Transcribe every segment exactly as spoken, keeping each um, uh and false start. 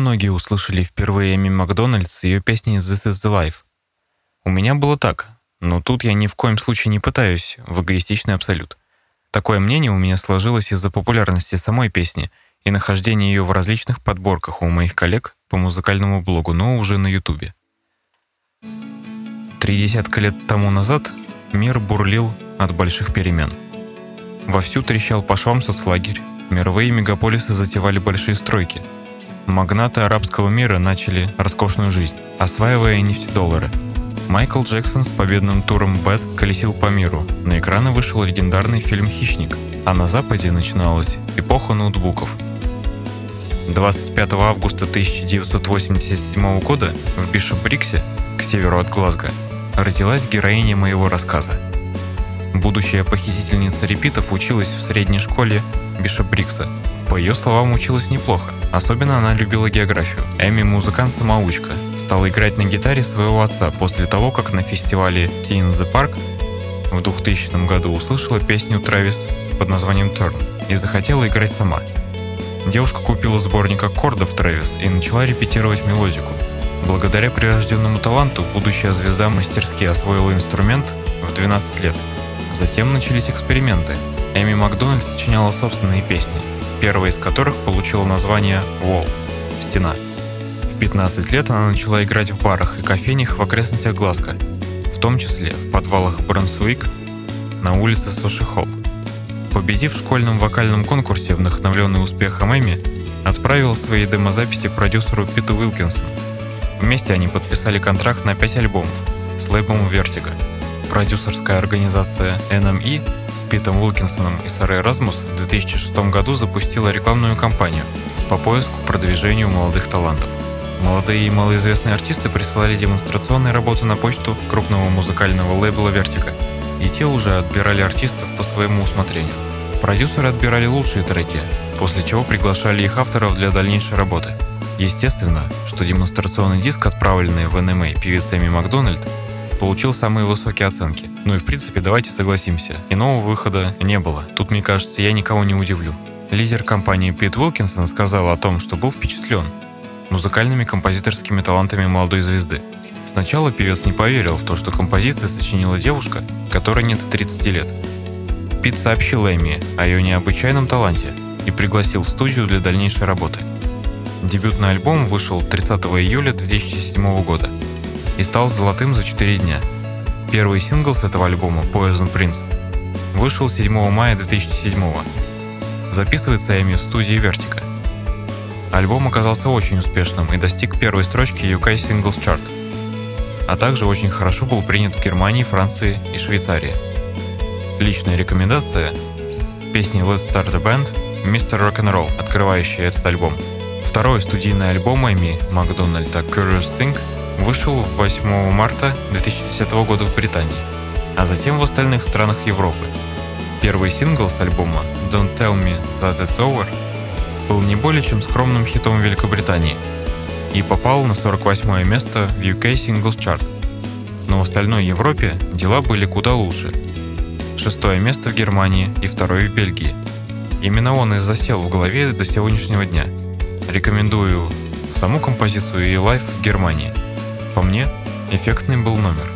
многие услышали впервые Эми Макдональд с ее песней «This is the Life». У меня было так, но тут я ни в коем случае не пытаюсь в эгоистичный абсолют. Такое мнение у меня сложилось из-за популярности самой песни и нахождения ее в различных подборках у моих коллег по музыкальному блогу, но уже на Ютубе. Три десятка лет тому назад мир бурлил от больших перемен. Вовсю трещал по швам соцлагерь, мировые мегаполисы затевали большие стройки. Магнаты арабского мира начали роскошную жизнь, осваивая нефтедоллары. Майкл Джексон с победным туром «Bad» колесил по миру. На экраны вышел легендарный фильм «Хищник», а на Западе начиналась эпоха ноутбуков. двадцать пятого августа тысяча девятьсот восемьдесят седьмого года в Бишоп-Бриксе, к северу от Глазго, родилась героиня моего рассказа. Будущая похитительница репитов училась в средней школе Бишоп-Брикса. По ее словам, училась неплохо. Особенно она любила географию. Эми, музыкант-самоучка, стала играть на гитаре своего отца после того, как на фестивале Tea in the Park в двухтысячном году услышала песню Трэвис под названием Turn и захотела играть сама. Девушка купила сборник аккордов Трэвис и начала репетировать мелодику. Благодаря прирожденному таланту будущая звезда мастерски освоила инструмент в двенадцать лет. Затем начались эксперименты. Эми Макдональд сочиняла собственные песни, первая из которых получила название «Wall» — «Стена». В пятнадцать лет она начала играть в барах и кофейнях в окрестностях Глазго, в том числе в подвалах Брансуик на улице Соши-Холл. Победив в школьном вокальном конкурсе, вдохновленный успехом Эми, отправила свои демозаписи продюсеру Питу Уилкинсону. Вместе они подписали контракт на пять альбомов с лейблом Vertigo. Продюсерская организация эн эм и с Питом Уилкинсоном и Сарой Расмус в две тысячи шестом году запустила рекламную кампанию по поиску продвижению молодых талантов. Молодые и малоизвестные артисты присылали демонстрационные работы на почту крупного музыкального лейбла Vertigo, и те уже отбирали артистов по своему усмотрению. Продюсеры отбирали лучшие треки, после чего приглашали их авторов для дальнейшей работы. Естественно, что демонстрационный диск, отправленный в эн эм и певице Эми Макдональд, получил самые высокие оценки. Ну и в принципе, давайте согласимся, иного выхода не было. Тут, мне кажется, я никого не удивлю. Лидер компании Пит Уилкинсон сказал о том, что был впечатлен музыкальными композиторскими талантами молодой звезды. Сначала певец не поверил в то, что композиции сочинила девушка, которой нет тридцати лет. Пит сообщил Эми о ее необычайном таланте и пригласил в студию для дальнейшей работы. Дебютный альбом вышел тридцатого июля две тысячи седьмого года и стал золотым за четыре дня. Первый сингл с этого альбома, Poison Prince, вышел седьмого мая две тысячи седьмого. Записывается Эми в студии Vertigo. Альбом оказался очень успешным и достиг первой строчки ю кей Singles Chart, а также очень хорошо был принят в Германии, Франции и Швейцарии. Личная рекомендация – песни Let's Start a Band, мистер Rock'n'Roll, открывающая этот альбом. Второй студийный альбом Эми Макдональд Curious Thing вышел восьмого марта две тысячи десятого года в Британии, а затем в остальных странах Европы. Первый сингл с альбома Don't Tell Me That It's Over был не более чем скромным хитом в Великобритании и попал на сорок восьмое место в ю кей Singles Chart. Но в остальной Европе дела были куда лучше. Шестое место в Германии и второе в Бельгии. Именно он и засел в голове до сегодняшнего дня. Рекомендую саму композицию и лайв в Германии. По мне, эффектный был номер.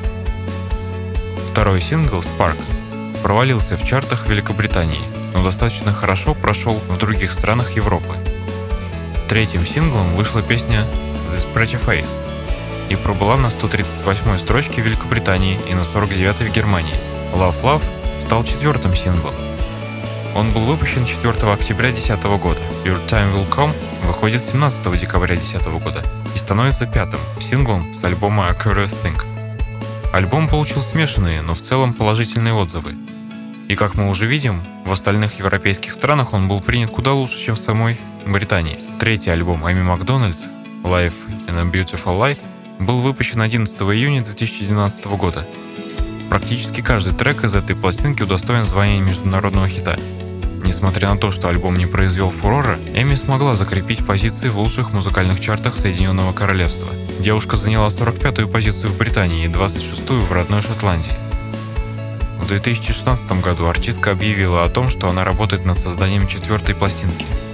Второй сингл «Spark» провалился в чартах Великобритании, но достаточно хорошо прошел в других странах Европы. Третьим синглом вышла песня «This Pretty Face» и пробыла на сто тридцать восьмой строчке в Великобритании и на сорок девятой в Германии. «Love Love» стал четвертым синглом. Он был выпущен четвертого октября две тысячи десятого года. «Your Time Will Come» выходит семнадцатого декабря две тысячи десятого года и становится пятым синглом с альбома A Curious Thing. Альбом получил смешанные, но в целом положительные отзывы. И как мы уже видим, в остальных европейских странах он был принят куда лучше, чем в самой Британии. Третий альбом Эми Макдональд «Life in a Beautiful Light» был выпущен одиннадцатого июня две тысячи двенадцатого года. Практически каждый трек из этой пластинки удостоен звания международного хита. Несмотря на то, что альбом не произвел фурора, Эми смогла закрепить позиции в лучших музыкальных чартах Соединенного Королевства. Девушка заняла сорок пятую позицию в Британии и двадцать шестую в родной Шотландии. В две тысячи шестнадцатом году артистка объявила о том, что она работает над созданием четвертой пластинки.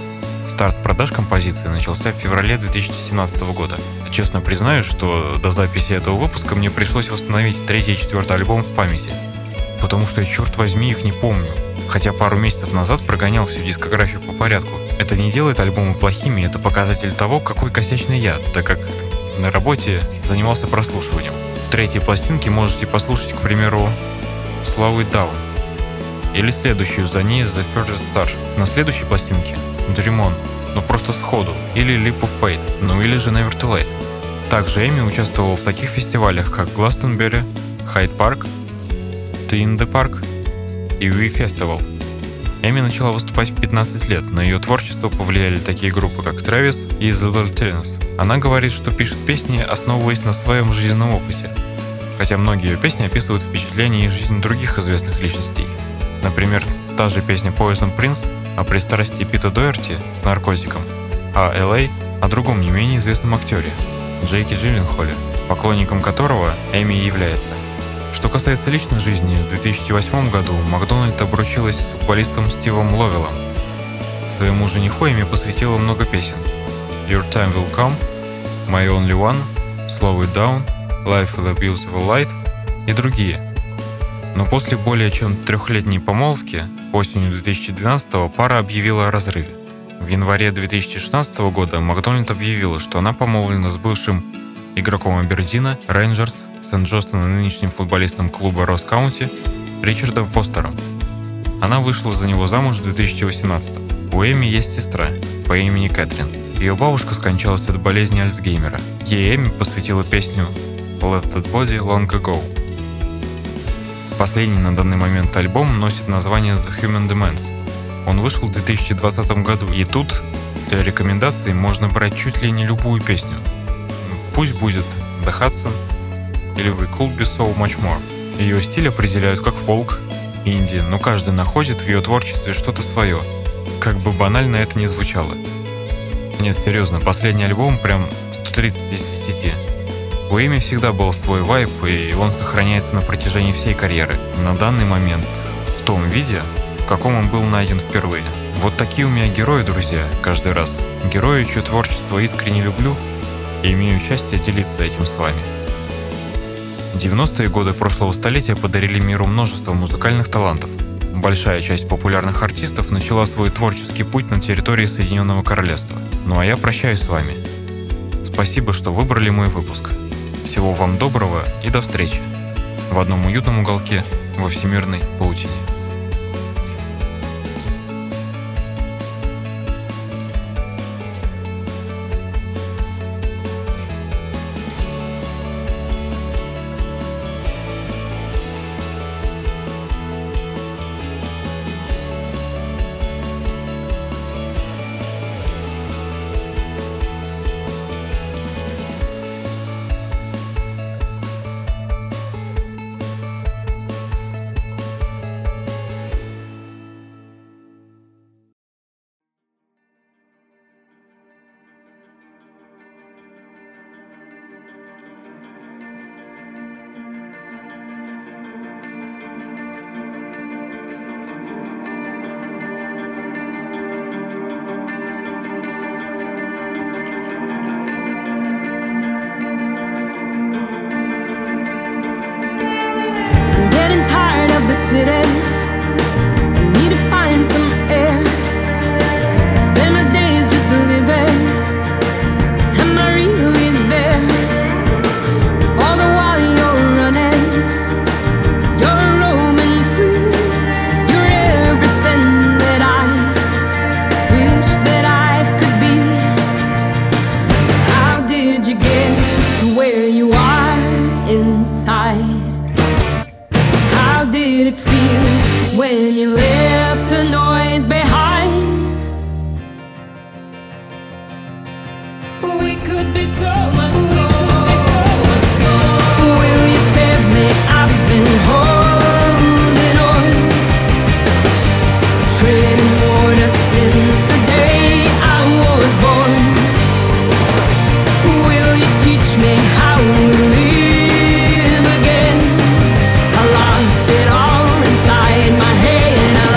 Старт продаж композиции начался в феврале две тысячи семнадцатого года. Честно признаюсь, что до записи этого выпуска мне пришлось восстановить третий и четвертый альбом в памяти, потому что я, черт возьми, их не помню. Хотя пару месяцев назад прогонял всю дискографию по порядку. Это не делает альбомы плохими, это показатель того, какой косячный я, так как на работе занимался прослушиванием. В третьей пластинке можете послушать, к примеру, Slow It Down, или следующую за ней The Furthest Star. На следующей пластинке Dream On, ну просто сходу, или Leap of Faith, ну или же Never Too Late. Также Эми участвовала в таких фестивалях, как Glastonbury, Hyde Park, Tea in the Park и We Festival. Эми начала выступать в пятнадцать лет, на ее творчество повлияли такие группы, как Travis и The Libertines. Она говорит, что пишет песни, основываясь на своем жизненном опыте, хотя многие ее песни описывают впечатления и жизнь других известных личностей. Например, та же песня Poison Prince о пристрастии Пита Доерти к наркотикам, а Эл Эй о другом не менее известном актере Джейке Джилленхоле, поклонником которого Эми является. Что касается личной жизни, в две тысячи восьмом году Макдональд обручилась с футболистом Стивом Ловелом. Своему жениху Эми посвятила много песен: Your Time Will Come, My Only One, Slow It Down, Life with a Beautiful Light и другие. Но после более чем трехлетней помолвки, осенью две тысячи двенадцатого пара объявила о разрыве. В январе две тысячи шестнадцатого года Макдональд объявила, что она помолвлена с бывшим игроком Абердина, Рейнджерс, Сент-Джонстон и нынешним футболистом клуба Росс Каунти Ричардом Фостером. Она вышла за него замуж в две тысячи восемнадцатом. У Эми есть сестра по имени Кэтрин. Ее бабушка скончалась от болезни Альцгеймера. Ей Эми посвятила песню Left That Body Long Ago. Последний на данный момент альбом носит название The Human Demands. Он вышел в две тысячи двадцатом году, и тут для рекомендаций можно брать чуть ли не любую песню. Пусть будет The Hudson или We Could Be So Much More. Ее стиль определяют как фолк, инди, но каждый находит в ее творчестве что-то свое, как бы банально это ни звучало. Нет, серьезно, последний альбом прям сто тридцать из десяти. У Эми всегда был свой вайб, и он сохраняется на протяжении всей карьеры. На данный момент в том виде, в каком он был найден впервые. Вот такие у меня герои, друзья, каждый раз. Герои, чье творчество искренне люблю, и имею счастье делиться этим с вами. девяностые годы прошлого столетия подарили миру множество музыкальных талантов. Большая часть популярных артистов начала свой творческий путь на территории Соединенного Королевства. Ну а я прощаюсь с вами. Спасибо, что выбрали мой выпуск. Всего вам доброго и до встречи в одном уютном уголке во всемирной паутине. City, I need to find some air. Spend my days just living. Am I really there? All the while you're running, you're roaming free. You're everything that I wish that I could be. How did you get to where you are inside? How did it feel when you left the noise behind? We could be so much more. Will you save me? I've been holding on, treading water since the day I was born. Will you teach me how to live again? I lost it all inside my head.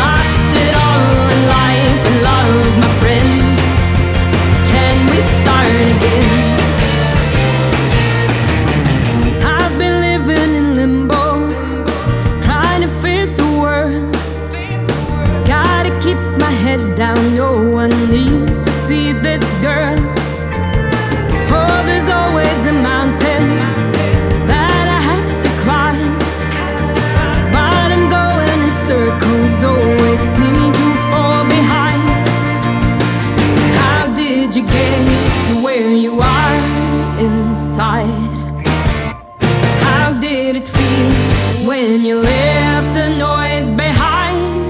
inside. How did it feel when you left the noise behind?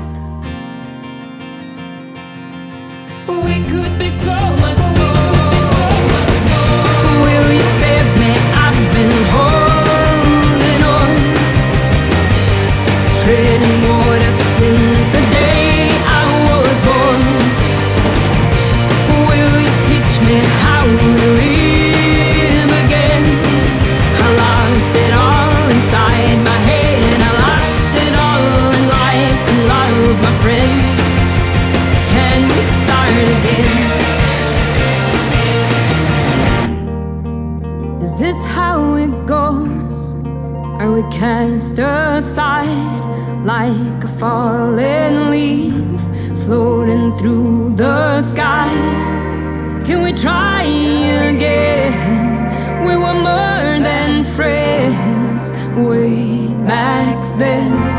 We could be so much more. Will you save me? I've been holding on, treading water since the day I was born. Will you teach me how to live again? I lost it all inside my head. I lost it all in life and love, my friend. Can we start again? Is this how it goes? Are we cast aside like a fallen leaf floating through the sky? Can we try again? We were more than friends way back then.